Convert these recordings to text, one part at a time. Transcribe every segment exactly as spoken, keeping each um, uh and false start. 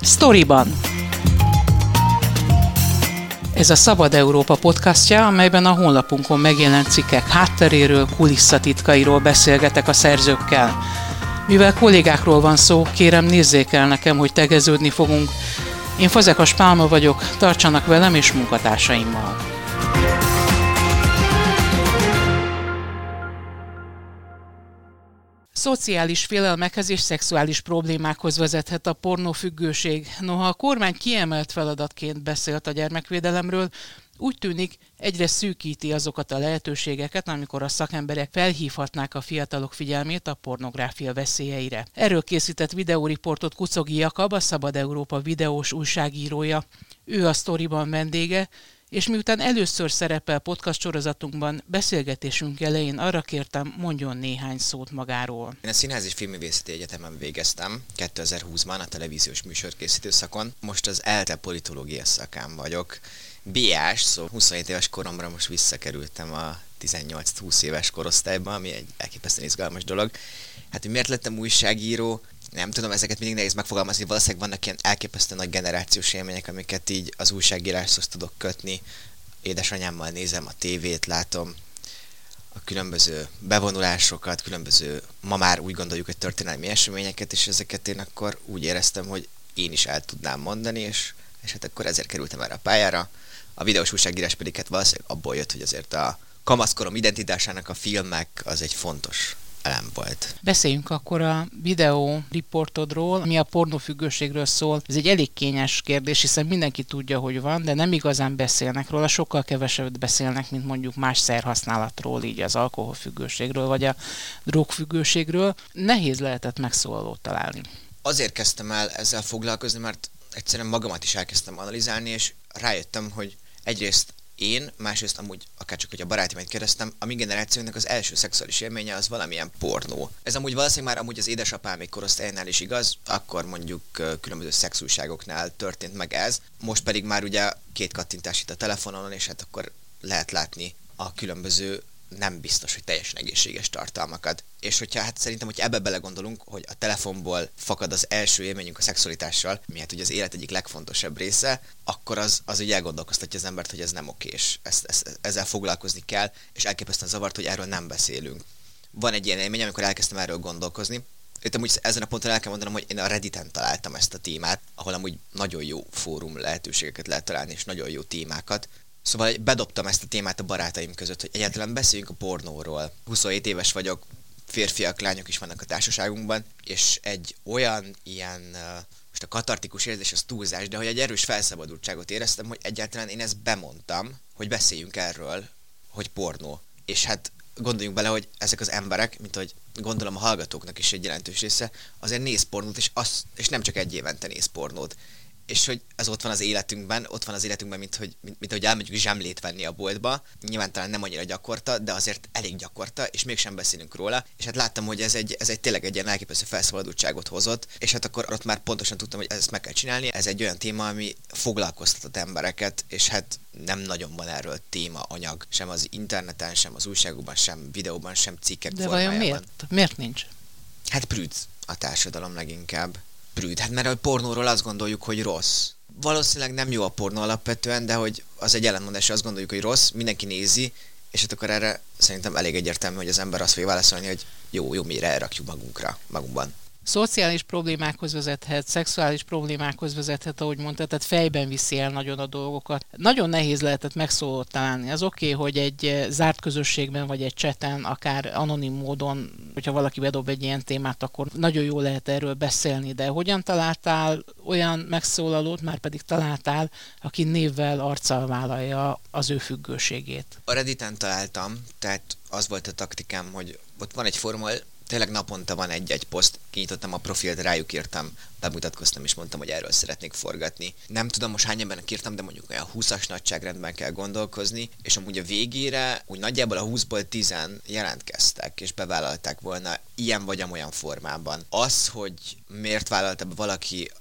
Sztoriban. Ez a Szabad Európa podcastja, amelyben a honlapunkon megjelent cikkek hátteréről, kulisszatitkairól beszélgetek a szerzőkkel. Mivel kollégákról van szó, kérem nézzék el nekem, hogy tegeződni fogunk. Én Fazekas Pálma vagyok, tartsanak velem és munkatársaimmal. Szociális félelmekhez és szexuális problémákhoz vezethet a pornófüggőség. Noha a kormány kiemelt feladatként beszélt a gyermekvédelemről, úgy tűnik, egyre szűkíti azokat a lehetőségeket, amikor a szakemberek felhívhatnák a fiatalok figyelmét a pornográfia veszélyeire. Erről készített videóriportot Kucogi Jakab, a Szabad Európa videós újságírója. Ő a Sztoriban vendége, és miután először szerepel podcast sorozatunkban, beszélgetésünk elején arra kértem, mondjon néhány szót magáról. Én a Színház és Filmművészeti Egyetemen végeztem kétezer-húszban a televíziós műsorkészítő szakon. Most az E L T E politológia szakán vagyok. bé á-s, szóval huszonhét éves koromra most visszakerültem a tizennyolc-húsz éves korosztályba, ami egy elképesztően izgalmas dolog. Hát, hogy miért lettem újságíró? Nem tudom, ezeket mindig nehéz megfogalmazni, valószínűleg vannak ilyen elképesztően nagy generációs élmények, amiket így az újságíráshoz tudok kötni. Édesanyámmal nézem a tévét, látom a különböző bevonulásokat, különböző, ma már úgy gondoljuk, hogy történelmi eseményeket, és ezeket én akkor úgy éreztem, hogy én is el tudnám mondani, és, és hát akkor ezért kerültem erre a pályára. A videós újságírás pedig hát valószínűleg abból jött, hogy azért a kamaszkorom identitásának a filmek az egy fontos elem volt. Beszéljünk akkor a videó riportodról, ami a pornófüggőségről szól. Ez egy elég kényes kérdés, hiszen mindenki tudja, hogy van, de nem igazán beszélnek róla, sokkal kevesebbet beszélnek, mint mondjuk más szerhasználatról, így az alkoholfüggőségről, vagy a drogfüggőségről. Nehéz lehetett megszólalót találni. Azért kezdtem el ezzel foglalkozni, mert egyszerűen magamat is elkezdtem analizálni, és rájöttem, hogy egyrészt én, másrészt amúgy, akárcsak, hogy a barátimait kérdeztem, a mi generációnak az első szexuális élménye az valamilyen pornó. Ez amúgy valószínűleg már amúgy az édesapámék korosztályánál is igaz, akkor mondjuk különböző szexújságoknál történt meg ez. Most pedig már ugye két kattintás itt a telefonon, és hát akkor lehet látni a különböző nem biztos, hogy teljesen egészséges tartalmakat. És hogyha hát szerintem, hogy ebbe belegondolunk, hogy a telefonból fakad az első élményünk a szexualitással, mi hát ugye az élet egyik legfontosabb része, akkor az, az ugye elgondolkoztatja az embert, hogy ez nem okés. Ezt, ezt, ezzel foglalkozni kell, és elképesztően zavart, hogy erről nem beszélünk. Van egy ilyen élmény, amikor elkezdtem erről gondolkozni. Itt amúgy ezen a ponton el kell mondanom, hogy én a Redditen találtam ezt a témát, ahol amúgy nagyon jó fórum lehetőségeket lehet találni, és nagyon jó témákat. Szóval bedobtam ezt a témát a barátaim között, hogy egyáltalán beszéljünk a pornóról. huszonhét éves vagyok, férfiak, lányok is vannak a társaságunkban, és egy olyan ilyen, most a katartikus érzés az túlzás, de hogy egy erős felszabadultságot éreztem, hogy egyáltalán én ezt bemondtam, hogy beszéljünk erről, hogy pornó. És hát gondoljunk bele, hogy ezek az emberek, mint ahogy gondolom a hallgatóknak is egy jelentős része, azért néz pornót, és, az, és nem csak egy évente néz pornót. És hogy ez ott van az életünkben, ott van az életünkben, mint hogy, mint, mint hogy elmegyünk zsemlét venni a boltba. Nyilván talán nem annyira gyakorta, de azért elég gyakorta, és mégsem beszélünk róla. És hát láttam, hogy ez egy, ez egy tényleg egy ilyen elképesztő felszabadultságot hozott, és hát akkor ott már pontosan tudtam, hogy ezt meg kell csinálni. Ez egy olyan téma, ami foglalkoztatott embereket, és hát nem nagyon van erről téma, anyag, sem az interneten, sem az újságokban, sem videóban, sem cikkek de formájában. De vajon miért? Miért nincs? Hát prűd a társadalom leginkább. Prűd. Hát mert a pornóról azt gondoljuk, hogy rossz. Valószínűleg nem jó a pornó alapvetően, de hogy az egy ellentmondás, azt gondoljuk, hogy rossz, mindenki nézi, és hát akkor erre szerintem elég egyértelmű, hogy az ember azt fogja válaszolni, hogy jó, jó, mire elrakjuk magunkra, magunkban. Szociális problémákhoz vezethet, szexuális problémákhoz vezethet, ahogy mondtad, tehát fejben viszi el nagyon a dolgokat. Nagyon nehéz lehetett megszólalót találni. Az oké, okay, hogy egy zárt közösségben vagy egy chaten, akár anonim módon, hogyha valaki bedob egy ilyen témát, akkor nagyon jó lehet erről beszélni, de hogyan találtál olyan megszólalót, már pedig találtál, aki névvel, arccal vállalja az ő függőségét? A Redditen találtam, tehát az volt a taktikám, hogy ott van egy fórum, tényleg naponta van egy-egy poszt, kinyitottam a profilt, rájuk írtam, bemutatkoztam és mondtam, hogy erről szeretnék forgatni. Nem tudom most hány embernek írtam, de mondjuk olyan húszas nagyságrendben kell gondolkozni, és amúgy a végére úgy nagyjából a húszból tizen jelentkeztek, és bevállalták volna ilyen vagy amolyan formában. Az, hogy miért vállalta be valaki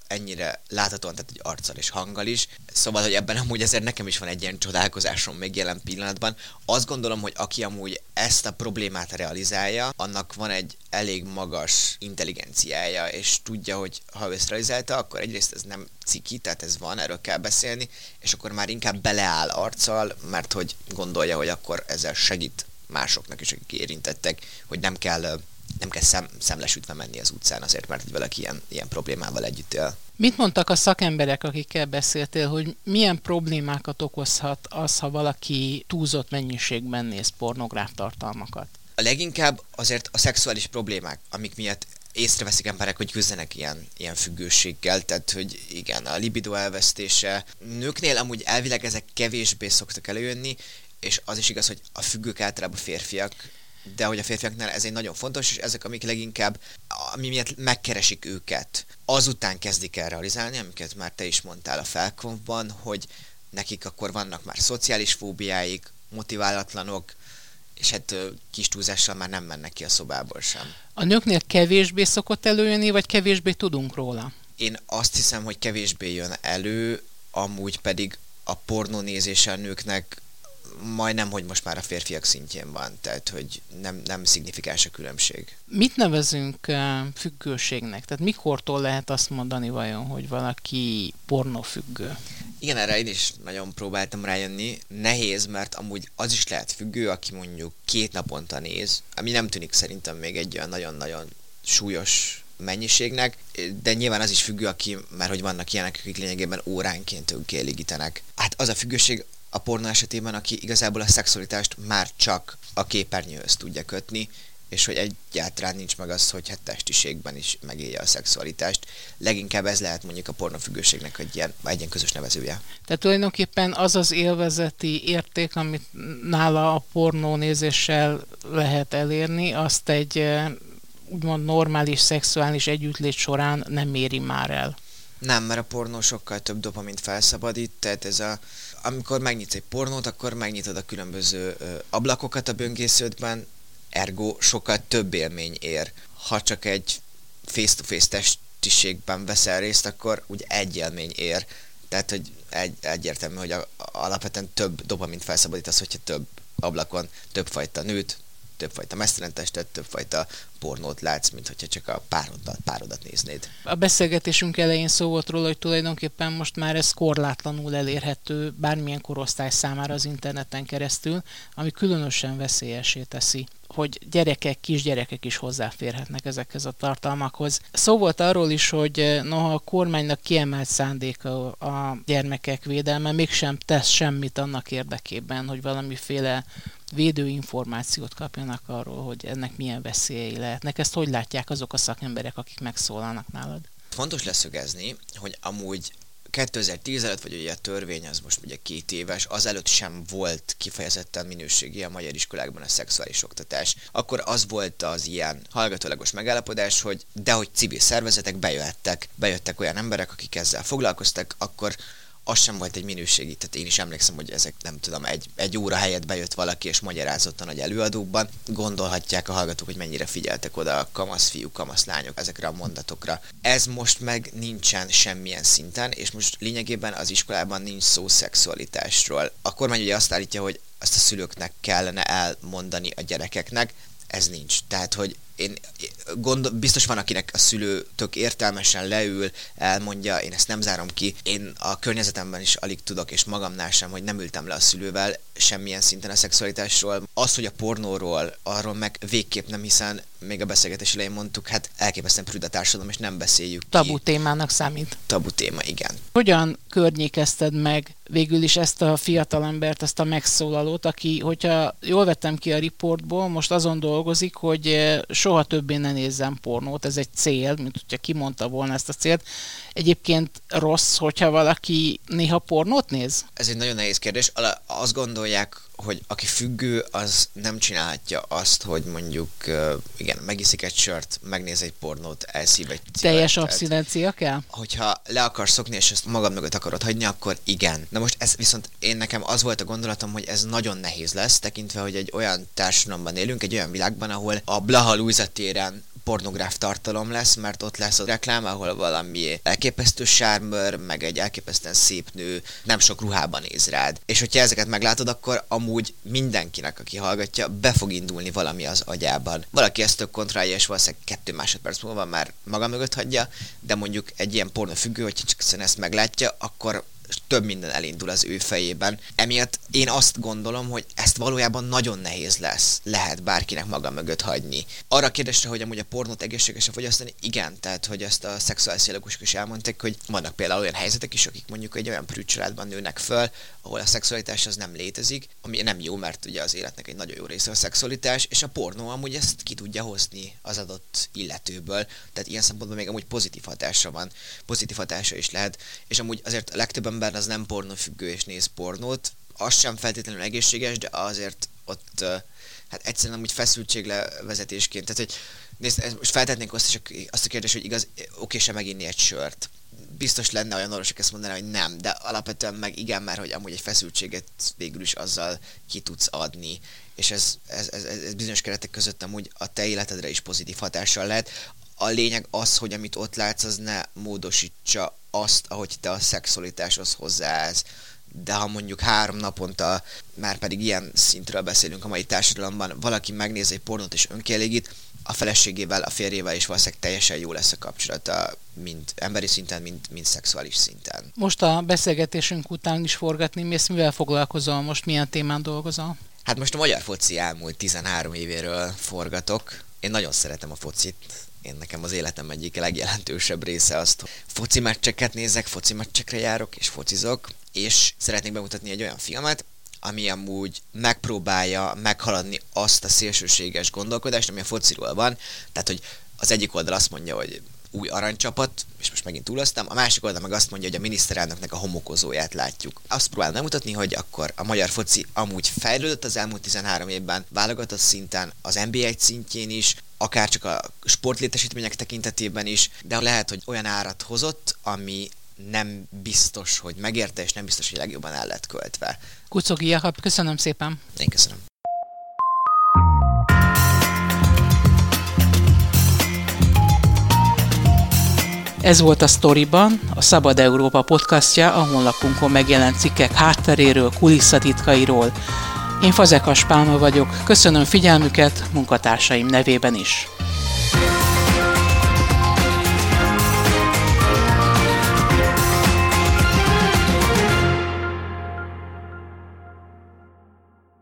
ennyire láthatóan, tehát egy arccal és hanggal is. Szóval, hogy ebben amúgy ezért nekem is van egy ilyen csodálkozásom még jelen pillanatban. Azt gondolom, hogy aki amúgy ezt a problémát realizálja, annak van egy elég magas intelligenciája, és tudja, hogy ha ezt realizálta, akkor egyrészt ez nem ciki, tehát ez van, erről kell beszélni, és akkor már inkább beleáll arccal, mert hogy gondolja, hogy akkor ezzel segít másoknak is, akik érintettek, hogy nem kell nem kell szem, szemlesütve menni az utcán azért, mert hogy valaki ilyen, ilyen problémával együtt él. Mit mondtak a szakemberek, akikkel beszéltél, hogy milyen problémákat okozhat az, ha valaki túlzott mennyiségben néz pornográf tartalmakat? A leginkább azért a szexuális problémák, amik miatt észreveszik emberek, hogy küzdenek ilyen, ilyen függőséggel, tehát hogy igen, a libido elvesztése. Nőknél amúgy elvileg ezek kevésbé szoktak előjönni, és az is igaz, hogy a függők általában férfiak, de hogy a férfiaknál ez egy nagyon fontos, és ezek, amik leginkább, ami miatt megkeresik őket, azután kezdik el realizálni, amiket már te is mondtál a felkonfban, hogy nekik akkor vannak már szociális fóbiáik, motiválatlanok, és hát kis túlzással már nem mennek ki a szobából sem. A nőknél kevésbé szokott előjönni, vagy kevésbé tudunk róla? Én azt hiszem, hogy kevésbé jön elő, amúgy pedig a pornónézése a nőknek majdnem, hogy most már a férfiak szintjén van, tehát hogy nem, nem szignifikáns a különbség. Mit nevezünk uh, függőségnek? Tehát mikortól lehet azt mondani vajon, hogy valaki pornófüggő? Igen, erre én is nagyon próbáltam rájönni. Nehéz, mert amúgy az is lehet függő, aki mondjuk két naponta néz, ami nem tűnik szerintem még egy olyan nagyon-nagyon súlyos mennyiségnek, de nyilván az is függő, aki, mert hogy vannak ilyenek, akik lényegében óránként ők kielégítenek. Hát az a függőség a pornó esetében, aki igazából a szexualitást már csak a képernyőhöz tudja kötni, és hogy egyáltalán nincs meg az, hogy hát testiségben is megélje a szexualitást. Leginkább ez lehet mondjuk a pornófüggőségnek egy ilyen, egy ilyen közös nevezője. Tehát tulajdonképpen az az élvezeti érték, amit nála a pornónézéssel lehet elérni, azt egy úgymond normális szexuális együttlét során nem méri már el. Nem, mert a pornó sokkal több dopamint felszabadít, tehát ez a amikor megnyitsz egy pornót, akkor megnyitod a különböző ö, ablakokat a böngésződben, ergo sokkal több élmény ér. Ha csak egy face-to-face testiségben veszel részt, akkor úgy egy élmény ér. Tehát, hogy egy, egyértelmű, hogy a, a, alapvetően több dopamint felszabadít az, hogyha több ablakon többfajta nőt, többfajta mesztelen testet, többfajta pornót látsz, mint hogyha csak a párodat, párodat néznéd. A beszélgetésünk elején szó volt róla, hogy tulajdonképpen most már ez korlátlanul elérhető bármilyen korosztály számára az interneten keresztül, ami különösen veszélyessé teszi, hogy gyerekek, kisgyerekek is hozzáférhetnek ezekhez a tartalmakhoz. Szó volt arról is, hogy noha a kormánynak kiemelt szándéka a gyermekek védelme, mégsem tesz semmit annak érdekében, hogy valamiféle védőinformációt kapjanak arról, hogy ennek milyen veszélyei lehetnek. Ezt hogy látják azok a szakemberek, akik megszólalnak nálad? Fontos leszögezni, hogy amúgy kétezer-tíz előtt, vagy ugye a törvény az most ugye két éves, azelőtt sem volt kifejezetten minőségi a magyar iskolákban a szexuális oktatás. Akkor az volt az ilyen hallgatólagos megállapodás, hogy dehogy civil szervezetek bejöttek, bejöttek olyan emberek, akik ezzel foglalkoztak, akkor az sem volt egy minőségi, tehát én is emlékszem, hogy ezek nem tudom, egy, egy óra helyett bejött valaki és magyarázott a nagy előadókban. Gondolhatják a hallgatók, hogy mennyire figyeltek oda a kamasz fiú, kamasz lányok ezekre a mondatokra. Ez most meg nincsen semmilyen szinten, és most lényegében az iskolában nincs szó szexualitásról. A kormány ugye azt állítja, hogy azt a szülőknek kellene elmondani a gyerekeknek, ez nincs. Tehát, hogy én gondol, biztos van, akinek a szülő tök értelmesen leül, elmondja, én ezt nem zárom ki. Én a környezetemben is alig tudok, és magamnál sem, hogy nem ültem le a szülővel semmilyen szinten a szexualitásról. Az, hogy a pornóról, arról meg végképp nem, hiszen még a beszélgetés elején mondtuk, hát elképesztően prüd a társadalom, és nem beszéljük Tabu ki. témának számít. Tabu téma, igen. Hogyan környékezted meg végül is ezt a fiatalembert, ezt a megszólalót, aki, hogyha jól vettem ki a riportból, most azon dolgozik, hogy soha többé ne nézzem pornót, ez egy cél, mint hogyha kimondta volna ezt a célt. Egyébként rossz, hogyha valaki néha pornót néz? Ez egy nagyon nehéz kérdés. Azt gondolják, hogy aki függő, az nem csinálhatja azt, hogy mondjuk, igen, megiszik egy sört, megnéz egy pornót, elszív egy cigarettát. Teljes abszinencia kell? Hogyha le akarsz szokni, és ezt magad mögött akarod hagyni, akkor igen. Na most ez viszont én nekem az volt a gondolatom, hogy ez nagyon nehéz lesz, tekintve, hogy egy olyan társadalomban élünk, egy olyan világban, ahol a Blaha Lujza téren pornográf tartalom lesz, mert ott lesz a reklám, ahol valami elképesztő sármőr, meg egy elképesztően szép nő nem sok ruhában néz rád. És hogyha ezeket meglátod, akkor amúgy mindenkinek, aki hallgatja, be fog indulni valami az agyában. Valaki ezt tök kontrollálja, és valószínűleg kettő másodperc múlva már maga mögött hagyja, de mondjuk egy ilyen pornofüggő, hogyha csak ezt meglátja, akkor több minden elindul az ő fejében. Emiatt én azt gondolom, hogy ezt valójában nagyon nehéz lesz, lehet bárkinek maga mögött hagyni. Arra a kérdésre, hogy amúgy a pornót egészségesen fogyasztani, igen, tehát hogy ezt a szexuális pszichológusok is elmondták, hogy vannak például olyan helyzetek is, akik mondjuk egy olyan prűd családban nőnek föl, ahol a szexualitás az nem létezik, ami nem jó, mert ugye az életnek egy nagyon jó része a szexualitás, és a pornó amúgy ezt ki tudja hozni az adott illetőből, tehát ilyen szempontból még amúgy pozitív hatása van, pozitív hatása is lehet, és amúgy azért a legtöbb ember az nem pornófüggő és néz pornót, az sem feltétlenül egészséges, de azért ott hát egyszerűen amúgy feszültséglevezetésként, tehát hogy nézd, most feltetnénk azt, is, azt a kérdést, hogy igaz, oké sem meginni egy sört. Biztos lenne olyan orvosok ezt mondaná, hogy nem, de alapvetően meg igen, mert hogy amúgy egy feszültséget végül is azzal ki tudsz adni, és ez, ez, ez, ez bizonyos keretek között amúgy a te életedre is pozitív hatással lehet. A lényeg az, hogy amit ott látsz, az ne módosítsa azt, ahogy te a szexualitáshoz hozzáállsz. De ha mondjuk három naponta, már pedig ilyen szintről beszélünk a mai társadalomban, valaki megnéz egy pornót és önkielégít, a feleségével, a férjével is valószínűleg teljesen jó lesz a kapcsolata, mind emberi szinten, mind, mind szexuális szinten. Most a beszélgetésünk után is forgatni mész, mivel foglalkozol most, milyen témán dolgozol? Hát most a magyar foci elmúlt tizenhárom évéről forgatok. Én nagyon szeretem a focit. Én nekem az életem egyik legjelentősebb része azt, hogy foci meccseket nézek, foci meccsekre járok és focizok, és szeretnék bemutatni egy olyan filmet, ami amúgy megpróbálja meghaladni azt a szélsőséges gondolkodást, ami a fociról van. Tehát, hogy az egyik oldal azt mondja, hogy új aranycsapat, és most megint túloztam, a másik oldal meg azt mondja, hogy a miniszterelnöknek a homokozóját látjuk. Azt próbálom megmutatni, hogy akkor a magyar foci amúgy fejlődött az elmúlt tizenhárom évben, válogatott szinten, az en bé egy szintjén is, akár csak a sportlétesítmények tekintetében is, de lehet, hogy olyan árat hozott, ami nem biztos, hogy megérte, és nem biztos, hogy legjobban el lett költve. Kucogi Jakab, köszönöm szépen. Én köszönöm. Ez volt a Storyban, a Szabad Európa podcastja, a honlapunkon megjelent cikkek hátteréről, kulisszatitkairól. Én Fazekas Pálma vagyok, köszönöm figyelmüket munkatársaim nevében is.